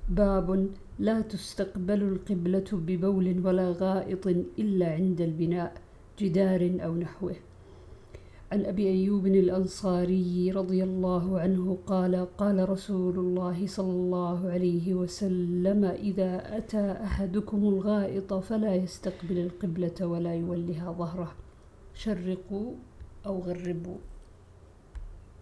باب لا تستقبل القبلة ببول ولا غائط إلا عند البناء، جدار أو نحوه. عن أبي أيوب الأنصاري رضي الله عنه قال: قال رسول الله صلى الله عليه وسلم: إذا أتى أحدكم الغائط فلا يستقبل القبلة ولا يولها ظهره، شرقوا أو غربوا.